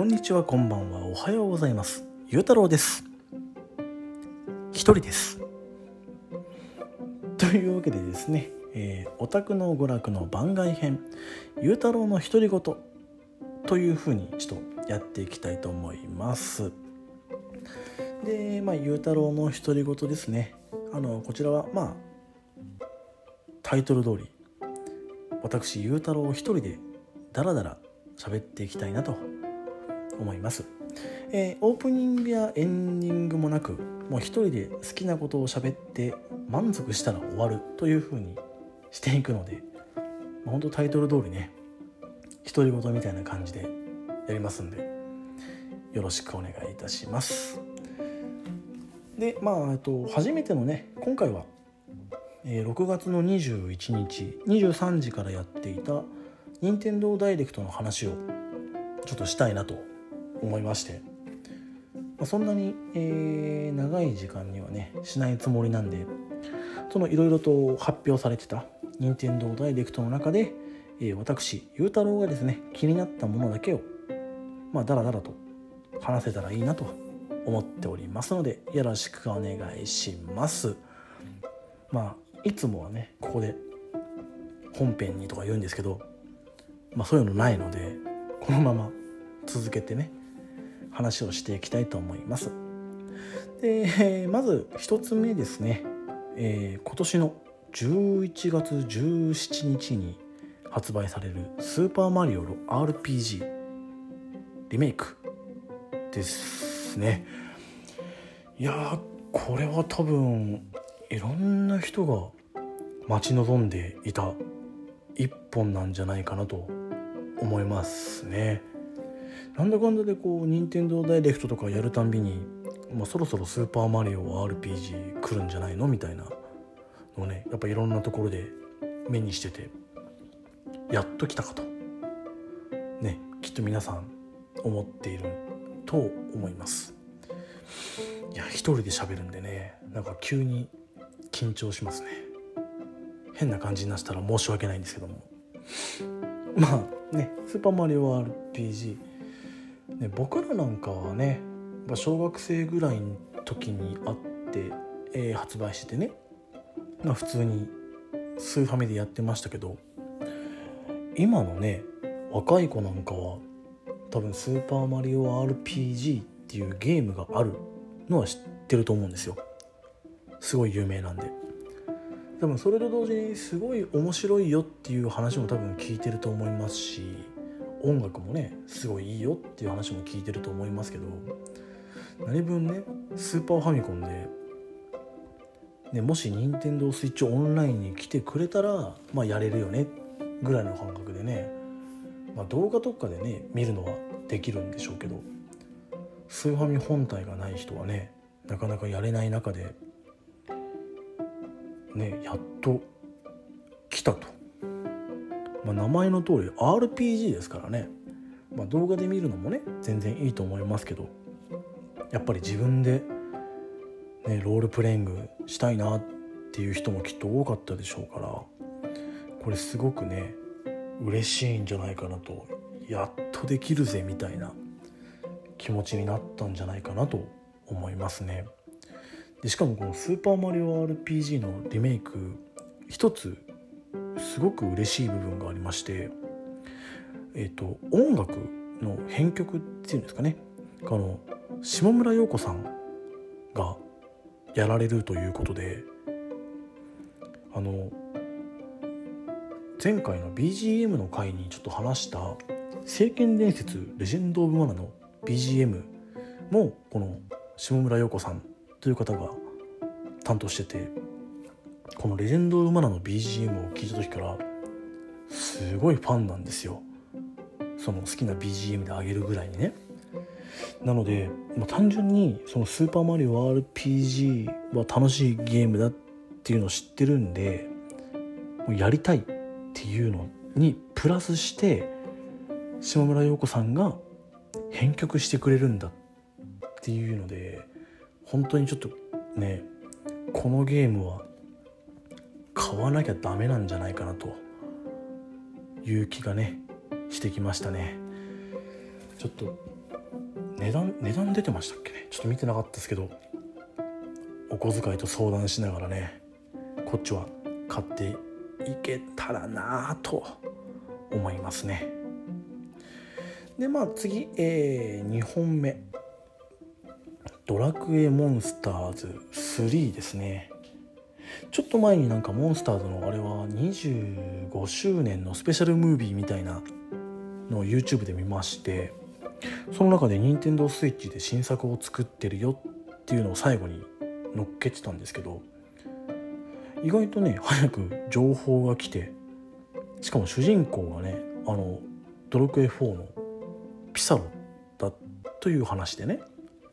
んにちは、こんばんは、おはようございます。ゆうたろうです。一人です。というわけでですね、オタクの娯楽の番外編、ゆうたろうの独り言というふうにちょっとやっていきたいと思います。で、ゆうたろうの独り言ですね。こちらはタイトル通り、私ゆうたろう一人でダラダラ喋っていきたいなと思います。オープニングやエンディングもなく、もう一人で好きなことを喋って満足したら終わるという風にしていくので、本当タイトル通りね、独り言みたいな感じでやりますんで、よろしくお願いいたします。で、初めてのね、今回は、6月の21日23時からやっていた任天堂ダイレクトの話をちょっとしたいなと思いまして、そんなに、長い時間にはねしないつもりなんで、そのいろいろと発表されてた任天堂ダイレクトの中で、私ゆうたろうがですね気になったものだけをだらだらと話せたらいいなと思っておりますので、よろしくお願いします。いつもはねここで本編にとか言うんですけど、そういうのないので、このまま続けてね話をしていきたいと思います。で、まず一つ目ですね、今年の11月17日に発売されるスーパーマリオの RPG リメイクですね。いやこれは多分いろんな人が待ち望んでいた一本なんじゃないかなと思いますね。なんだかんだで任天堂ダイレクトとかやるたんびに、そろそろスーパーマリオ RPG 来るんじゃないのみたいなのをね、やっぱいろんなところで目にしてて、やっと来たかとね、きっと皆さん思っていると思います。いや、一人で喋るんでね、急に緊張しますね。変な感じになったら申し訳ないんですけども、スーパーマリオ RPG、僕らなんかはね、小学生ぐらいの時にあって、発売しててね、普通にスーファミでやってましたけど、今のね若い子なんかは多分スーパーマリオ RPG っていうゲームがあるのは知ってると思うんですよ。すごい有名なんで。多分それと同時にすごい面白いよっていう話も多分聞いてると思いますし、音楽もねすごいいいよっていう話も聞いてると思いますけど、何分ねスーパーファミコンで、もし任天堂スイッチオンラインに来てくれたらやれるよねぐらいの感覚でね、動画とかでね見るのはできるんでしょうけど、スーファミ本体がない人はねなかなかやれない中でね、やっと来たと。名前の通り RPG ですからね、動画で見るのもね全然いいと思いますけど、やっぱり自分で、ロールプレイングしたいなっていう人もきっと多かったでしょうから、これすごくね嬉しいんじゃないかなと、やっとできるぜみたいな気持ちになったんじゃないかなと思いますね。でしかもこのスーパーマリオ RPG のリメイク、一つすごく嬉しい部分がありまして、音楽の編曲っていうんですかね、下村陽子さんがやられるということで、前回の BGM の回にちょっと話した聖剣伝説レジェンド・オブ・マナの BGM もこの下村陽子さんという方が担当してて、このレジェンド・オブ・マナの BGM を聞いた時からすごいファンなんですよ。その好きな BGM であげるぐらいにね。なので、単純にそのスーパーマリオ RPG は楽しいゲームだっていうのを知ってるんで、もうやりたいっていうのにプラスして下村陽子さんが編曲してくれるんだっていうので、本当にちょっとねこのゲームは買わなきゃダメなんじゃないかなという気がねしてきましたね。ちょっと値段出てましたっけね、ちょっと見てなかったですけど、お小遣いと相談しながらねこっちは買っていけたらなと思いますね。で次、2本目ドラクエモンスターズ3ですね。ちょっと前になんかモンスターズのあれは25周年のスペシャルムービーみたいなのを YouTube で見まして、その中で Nintendo Switch で新作を作ってるよっていうのを最後に載っけてたんですけど、意外とね早く情報が来て、しかも主人公がねドラクエ4のピサロだという話でね、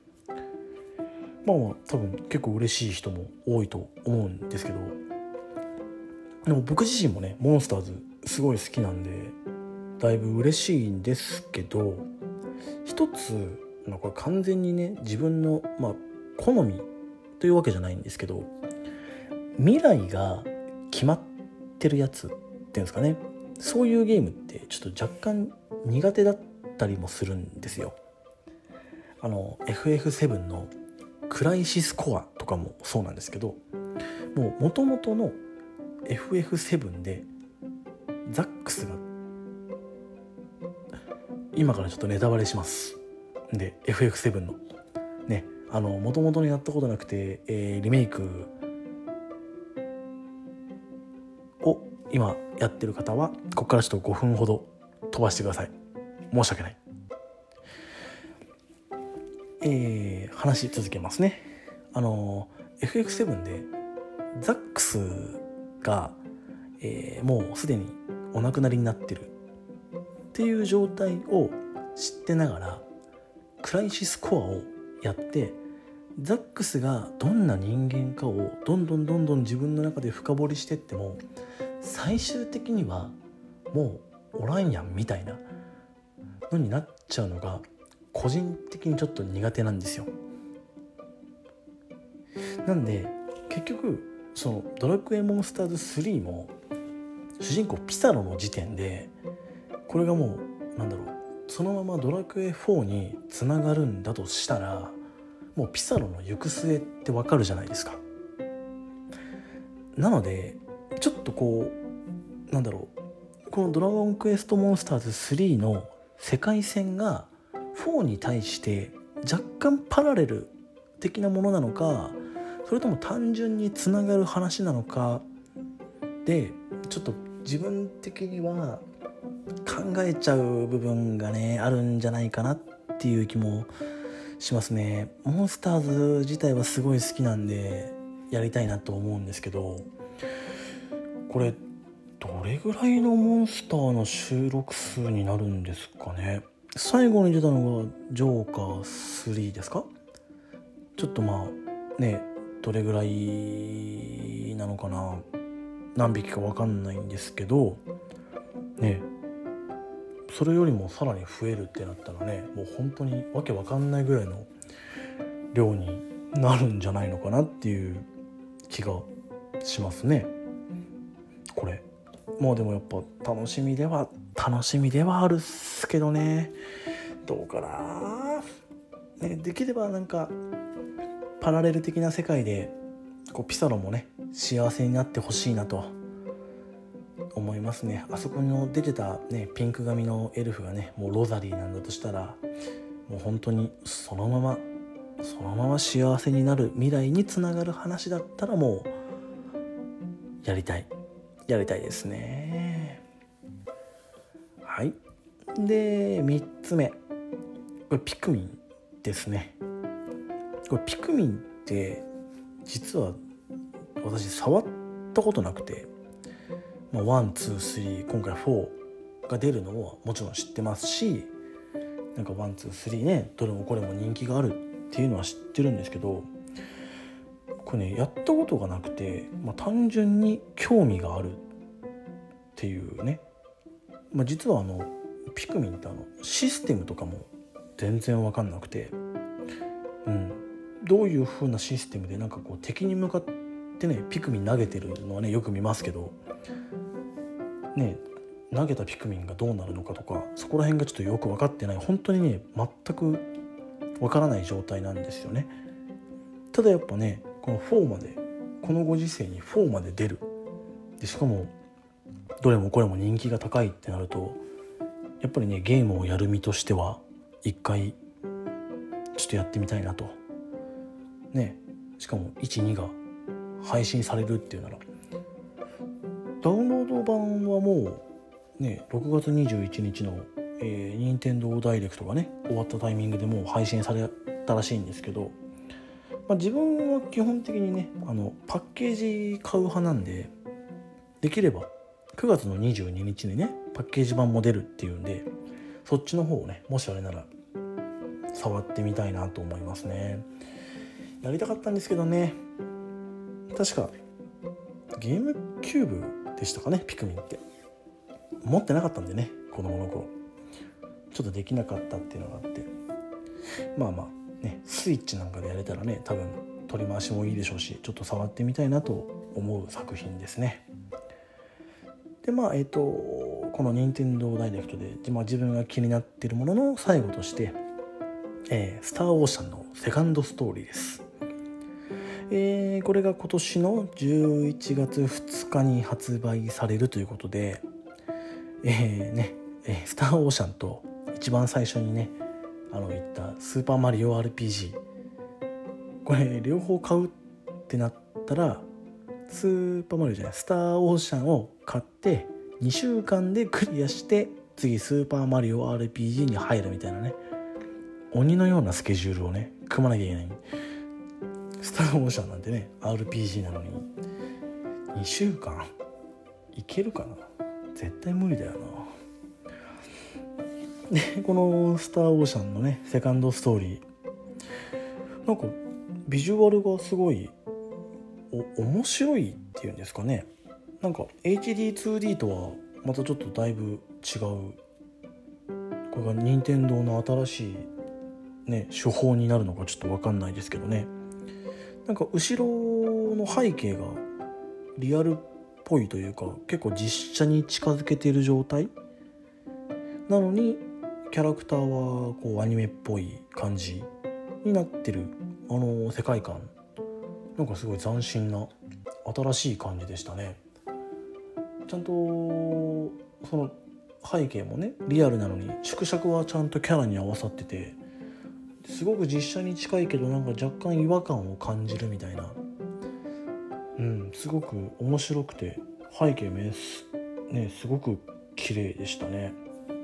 多分結構嬉しい人も多いと思うんですけど、でも僕自身もねモンスターズすごい好きなんでだいぶ嬉しいんですけど、一つこれ完全にね自分の好みというわけじゃないんですけど、未来が決まってるやつっていうんですかね、そういうゲームってちょっと若干苦手だったりもするんですよ。FF7 のクライシスコアとかもそうなんですけど、もともとの FF7 でザックスが、今からちょっとネタバレしますで、 FF7 のねもともとにやったことなくて、リメイクを今やってる方はここからちょっと5分ほど飛ばしてください。申し訳ない。話続けますね。FF7 でザックスが、もうすでにお亡くなりになってるっていう状態を知ってながらクライシスコアをやって、ザックスがどんな人間かをどんどん自分の中で深掘りしてっても最終的にはもうおらんやんみたいなのになっちゃうのが個人的にちょっと苦手なんですよ。なんで結局そのドラクエモンスターズ3も主人公ピサロの時点でこれがもうそのままドラクエ4につながるんだとしたら、もうピサロの行く末ってわかるじゃないですか。なのでちょっとこのドラゴンクエストモンスターズ3の世界線が4に対して若干パラレル的なものなのか、それとも単純につながる話なのかで、ちょっと自分的には考えちゃう部分がねあるんじゃないかなっていう気もしますね。モンスターズ自体はすごい好きなんでやりたいなと思うんですけど、これどれぐらいのモンスターの収録数になるんですかね。最後に出たのがジョーカー3ですか。ちょっとどれぐらいなのかな、何匹か分かんないんですけどね、それよりもさらに増えるってなったらね、もう本当にわけ分かんないぐらいの量になるんじゃないのかなっていう気がしますね。これでもやっぱ楽しみではあるっすけどね、どうかな、できればパラレル的な世界でピサロもね幸せになってほしいなと思いますね。あそこに出てたねピンク髪のエルフがねもうロザリーなんだとしたら、もう本当にそのまま幸せになる未来につながる話だったらもうやりたいですね。はい。で3つ目、これピクミンですね。これピクミンって実は私触ったことなくて、1、2、3今回4が出るのはもちろん知ってますし、1、2、3ねどれもこれも人気があるっていうのは知ってるんですけど、これねやったことがなくて、単純に興味があるっていうね、実はピクミンってシステムとかも全然分かんなくて、どういう風なシステムで敵に向かってねピクミン投げてるのはねよく見ますけどね、投げたピクミンがどうなるのかとかそこら辺がちょっとよく分かってない、本当にね全くわからない状態なんですよね。ただやっぱね、この4まで、このご時世に4まで出るで、しかもどれもこれも人気が高いってなると、やっぱりねゲームをやる身としては一回ちょっとやってみたいなとね。しかも1、2が配信されるっていうなら、ダウンロード版はもうね6月21日の、任天堂ダイレクトがね終わったタイミングでもう配信されたらしいんですけど、自分は基本的にねパッケージ買う派なんで、できれば9月の22日にねパッケージ版も出るっていうんで、そっちの方をねもしあれなら触ってみたいなと思いますね。やりたかったんですけどね、確かゲームキューブでしたかね、ピクミンって持ってなかったんでね、子供の頃ちょっとできなかったっていうのがあって、まあねスイッチなんかでやれたらね多分取り回しもいいでしょうし、ちょっと触ってみたいなと思う作品ですね。でこの任天堂ダイレクトで、自分が気になっているものの最後として、スターオーシャンのセカンドストーリーです。これが今年の11月2日に発売されるということで、スターオーシャンと一番最初にね言ったスーパーマリオ RPG、 これ両方買うってなったら、スーパーマリオじゃない、スターオーシャンを買って2週間でクリアして、次スーパーマリオ RPG に入るみたいなね、鬼のようなスケジュールをね組まなきゃいけない。スターオーシャンなんてね RPG なのに2週間いけるかな、絶対無理だよな。でこのスターオーシャンのねセカンドストーリー、なんかビジュアルがすごい面白いっていうんですかね。なんか HD2D とはまたちょっとだいぶ違う、これが任天堂の新しいね手法になるのかちょっと分かんないですけどね、なんか後ろの背景がリアルっぽいというか、結構実写に近づけている状態なのに、キャラクターはこうアニメっぽい感じになってる世界観、なんかすごい斬新な新しい感じでしたね。ちゃんとその背景もねリアルなのに、縮尺はちゃんとキャラに合わさってて、すごく実写に近いけどなんか若干違和感を感じるみたいな、すごく面白くて、背景ねすごく綺麗でしたね。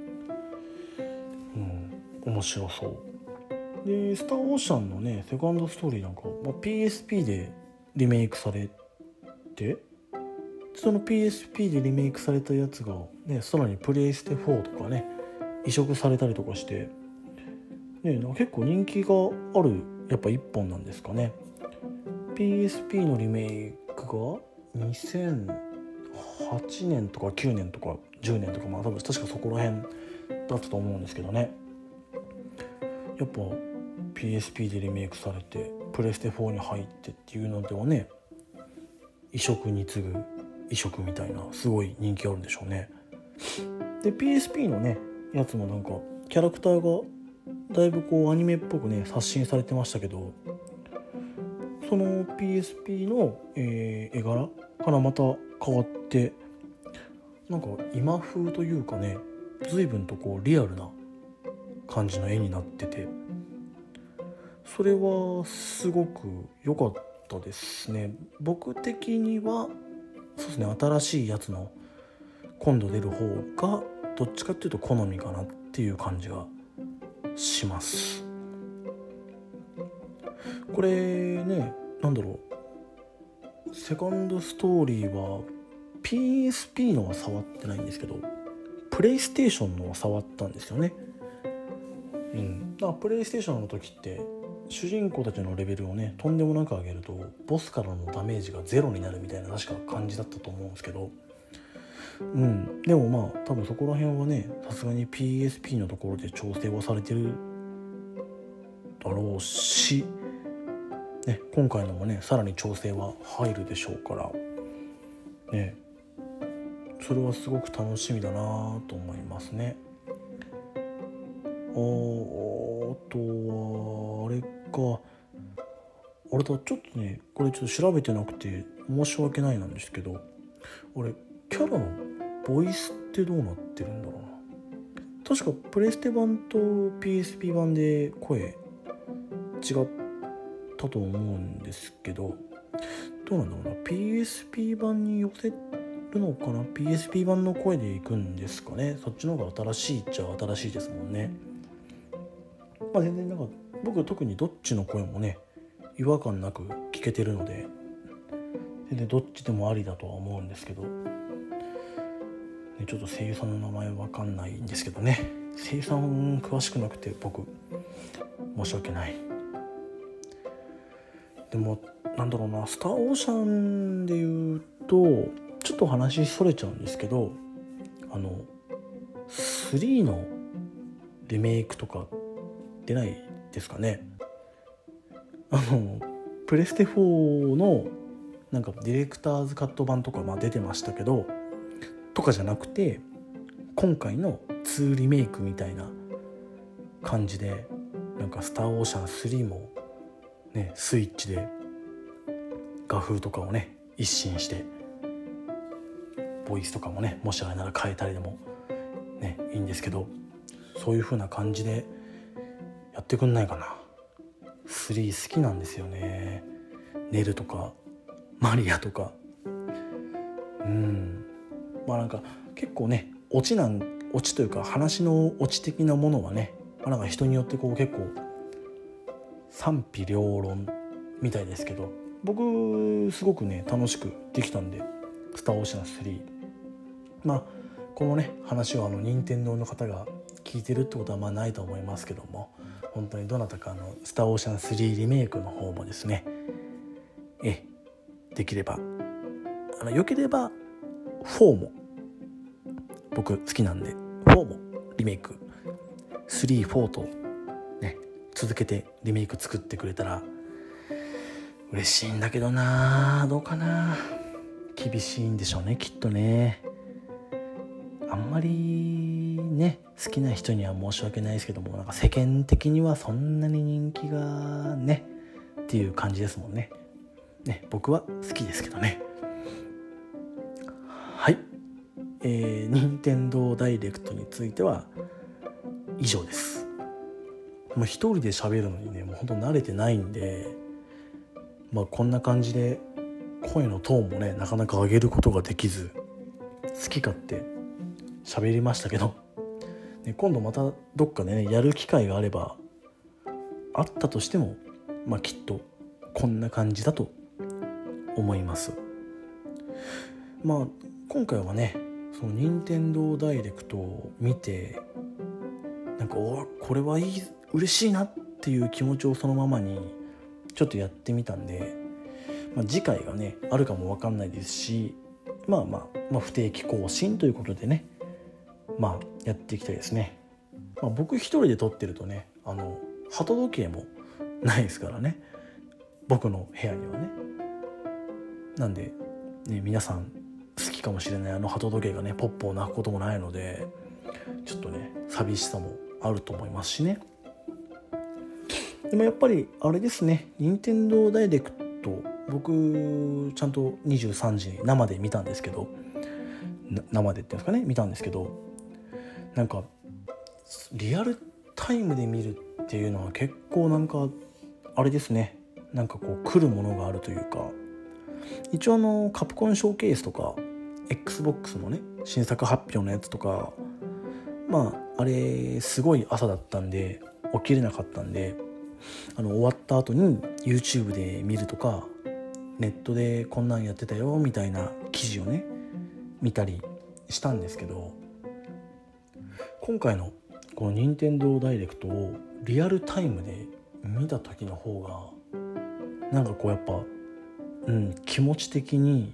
面白そうで、スターオーシャンのねセカンドストーリーなんか、PSP でリメイクされて、その PSP でリメイクされたやつがねさらにプレイステ4とかね移植されたりとかしてね、結構人気があるやっぱ一本なんですかね。 PSP のリメイクが2008年とか9年とか10年とか、多分確かそこら辺だったと思うんですけどね、やっぱ PSP でリメイクされてプレステ4に入ってっていうのではね、移植に次ぐ移植みたいなすごい人気あるんでしょうね。で PSP のねやつもなんかキャラクターがだいぶこうアニメっぽくね刷新されてましたけど、その PSP の、絵柄からまた変わって、なんか今風というかね、随分とこうリアルな感じの絵になってて、それはすごく良かったですね。僕的にはそうですね、新しいやつの今度出る方がどっちかっていうと好みかなっていう感じがします。これね、なんだろう、セカンドストーリーは PSP のは触ってないんですけど、プレイステーションのは触ったんですよね。だからプレイステーションの時って主人公たちのレベルをねとんでもなく上げるとボスからのダメージがゼロになるみたいな確か感じだったと思うんですけど、でも多分そこら辺はねさすがに PSP のところで調整はされてるだろうし、今回のもねさらに調整は入るでしょうからね、それはすごく楽しみだなと思いますね。 とはあれか、あれだ、ちょっとねこれちょっと調べてなくて申し訳ないなんですけど、俺キャラのボイスってどうなってるんだろうな。確かプレステ版と PSP 版で声違ったと思うんですけど、どうなんだろうな。 PSP 版に寄せるのかな。 PSP 版の声でいくんですかね。そっちの方が新しいっちゃ新しいですもんね。全然なんか僕特にどっちの声もね違和感なく聞けてるので、全然どっちでもありだとは思うんですけど、ちょっと声優さんの名前わかんないんですけどね。声優さん詳しくなくて僕申し訳ない。でもなんだろうな、スターオーシャンで言うとちょっと話それちゃうんですけど、3のリメイクとか出ないですかね。プレステ4のなんかディレクターズカット版とか出てましたけど、とかじゃなくて今回の2リメイクみたいな感じで、なんかスターオーシャン3もねスイッチで画風とかをね一新して、ボイスとかもねもしあれなら変えたりでもねいいんですけど、そういう風な感じでやってくんないかな。3好きなんですよね。ネルとかマリアとか、なんか結構ねオチというか話のオチ的なものはね、なんか人によってこう結構賛否両論みたいですけど、僕すごくね楽しくできたんで、スターオーシャン3、このね話を任天堂の方が聞いてるってことはないと思いますけども、本当にどなたかスターオーシャン3リメイクの方もですね、できれば良ければ4も僕好きなんで、4もリメイク3、4とね続けてリメイク作ってくれたら嬉しいんだけどな。どうかな、厳しいんでしょうねきっとね。あんまりね好きな人には申し訳ないですけども、なんか世間的にはそんなに人気がねっていう感じですもんね。僕は好きですけどね。はい、任天堂ダイレクトについては以上です。もう一人で喋るのにねもう本当慣れてないんで、こんな感じで声のトーンもねなかなか上げることができず、好き勝手喋りましたけど、今度またどっかでねやる機会があれば、あったとしてもきっとこんな感じだと思います。今回はねその任天堂ダイレクトを見て、なんかこれはいい嬉しいなっていう気持ちをそのままにちょっとやってみたんで、次回がねあるかも分かんないですし、不定期更新ということでねやっていきたいですね。僕一人で撮ってるとね鳩時計もないですからね、僕の部屋にはね。なんで皆さん好きかもしれない鳩時計がねポッポを鳴くこともないので、ちょっとね寂しさもあると思いますしね。でもやっぱりあれですね、任天堂ダイレクト僕ちゃんと23時に生で見たんですけど、生でっていうんですかね見たんですけど、なんかリアルタイムで見るっていうのは結構なんかあれですね、なんかこう来るものがあるというか、一応カプコンショーケースとか XBOX のね新作発表のやつとか、あれすごい朝だったんで起きれなかったんで、終わった後に YouTube で見るとか、ネットでこんなんやってたよみたいな記事をね見たりしたんですけど、今回のこの任天堂ダイレクトをリアルタイムで見た時の方がなんかこうやっぱ気持ち的に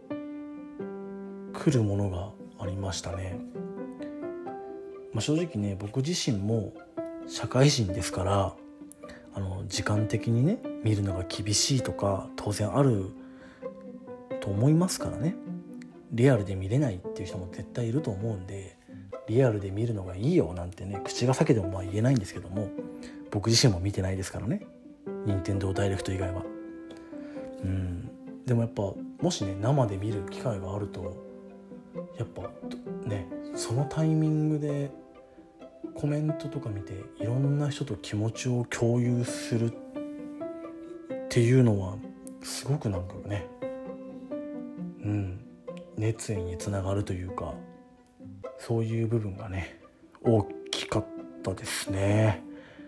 来るものがありましたね。正直ね僕自身も社会人ですから、時間的にね見るのが厳しいとか当然あると思いますからね。リアルで見れないっていう人も絶対いると思うんで、リアルで見るのがいいよなんてね口が裂けても言えないんですけども、 僕自身も見てないですからね、任天堂ダイレクト以外は。でもやっぱもしね生で見る機会があるとやっぱねそのタイミングでコメントとか見ていろんな人と気持ちを共有するっていうのはすごくなんかね熱意につながるというか、そういう部分がね大きかったですね。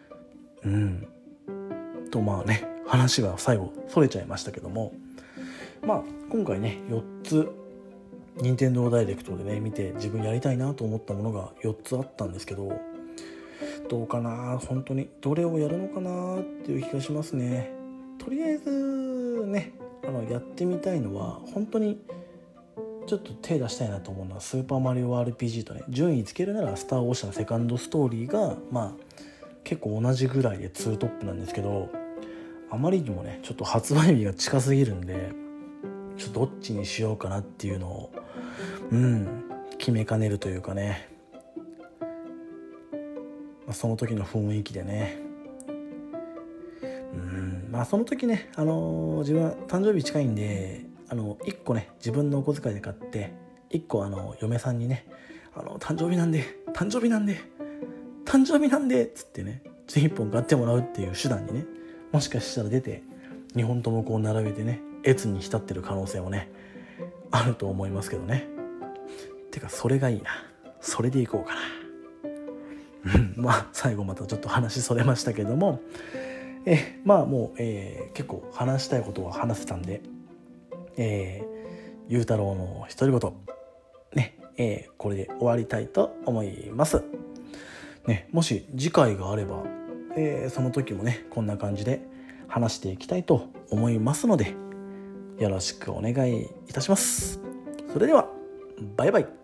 とまあね話が最後それちゃいましたけども、今回ね4つ任天堂ダイレクトでね見て自分やりたいなと思ったものが4つあったんですけど、どうかな、本当にどれをやるのかなっていう気がしますね。とりあえずねやってみたいのは本当にちょっと手出したいなと思うのはスーパーマリオ RPG とね、順位つけるならスターオーシャンセカンドストーリーが結構同じぐらいで2トップなんですけど、あまりにもねちょっと発売日が近すぎるんでちょっとどっちにしようかなっていうのを決めかねるというかね、その時の雰囲気でねその時ね自分は誕生日近いんで1個ね自分のお小遣いで買って1個嫁さんにね誕生日なんでっつってね1本買ってもらうっていう手段にねもしかしたら出て2本ともこう並べてね越に浸ってる可能性もねあると思いますけどね。てかそれがいいな、それでいこうかな最後またちょっと話それましたけどももう、結構話したいことは話せたんでゆうたろうの独り言ね、これで終わりたいと思いますね。もし次回があれば、その時もねこんな感じで話していきたいと思いますのでよろしくお願いいたします。それではバイバイ。